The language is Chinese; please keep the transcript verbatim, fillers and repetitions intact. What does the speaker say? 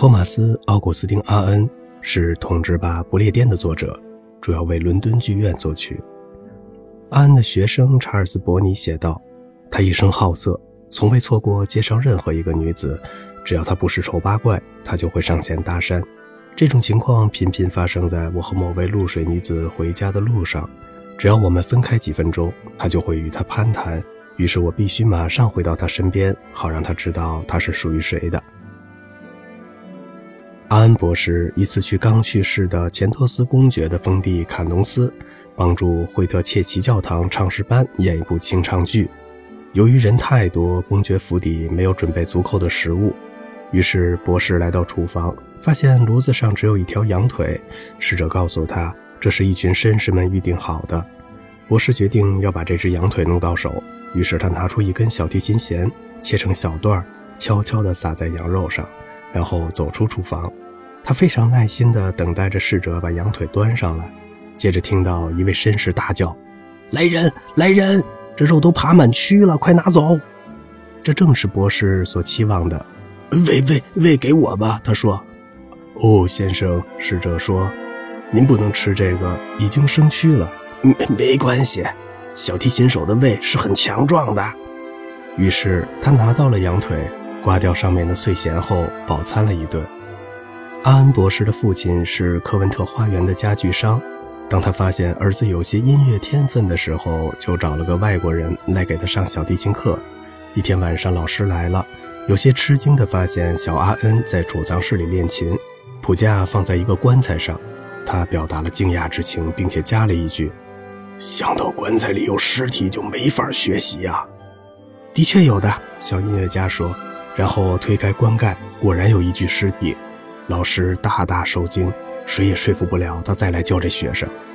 托马斯·奥古斯丁·阿恩是《统治吧不列颠》的作者，主要为伦敦剧院作曲。阿恩的学生查尔斯·伯尼写道，他一生好色，从未错过街上任何一个女子，只要她不是丑八怪，他就会上前搭讪。这种情况频频发生在我和某位露水女子回家的路上，只要我们分开几分钟，他就会与她攀谈，于是我必须马上回到她身边，好让她知道她是属于谁的。阿恩博士一次去刚去世的钱托斯公爵的封地坎农斯，帮助惠特切奇教堂唱诗班演一部清唱剧。由于人太多，公爵府邸没有准备足够的食物，于是博士来到厨房，发现炉子上只有一条羊腿。侍者告诉他，这是一群绅士们预定好的。博士决定要把这只羊腿弄到手，于是他拿出一根小提琴弦，切成小段，悄悄地撒在羊肉上，然后走出厨房。他非常耐心地等待着侍者把羊腿端上来，接着听到一位绅士大叫，来人来人，这肉都爬满蛆了，快拿走。这正是博士所期望的。喂喂喂给我吧，他说。哦，先生，侍者说，您不能吃这个，已经生蛆了。没没关系，小提琴手的胃是很强壮的。于是他拿到了羊腿，刮掉上面的碎弦后饱餐了一顿。阿恩博士的父亲是科文特花园的家具商，当他发现儿子有些音乐天分的时候，就找了个外国人来给他上小提琴课。一天晚上，老师来了，有些吃惊地发现小阿恩在储藏室里练琴，谱架放在一个棺材上。他表达了惊讶之情，并且加了一句，想到棺材里有尸体就没法学习啊。的确有的，小音乐家说，然后推开棺盖，果然有一具尸体。老师大大受惊，谁也说服不了他再来教这学生。